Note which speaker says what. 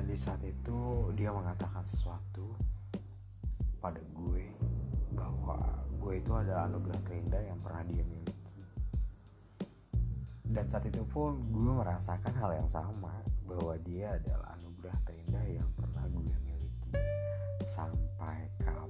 Speaker 1: Dan di saat itu dia mengatakan sesuatu pada gue bahwa gue itu adalah anugerah terindah yang pernah dia miliki. Dan saat itu pun gue merasakan hal yang sama, bahwa dia adalah anugerah terindah yang pernah gue miliki. Sampai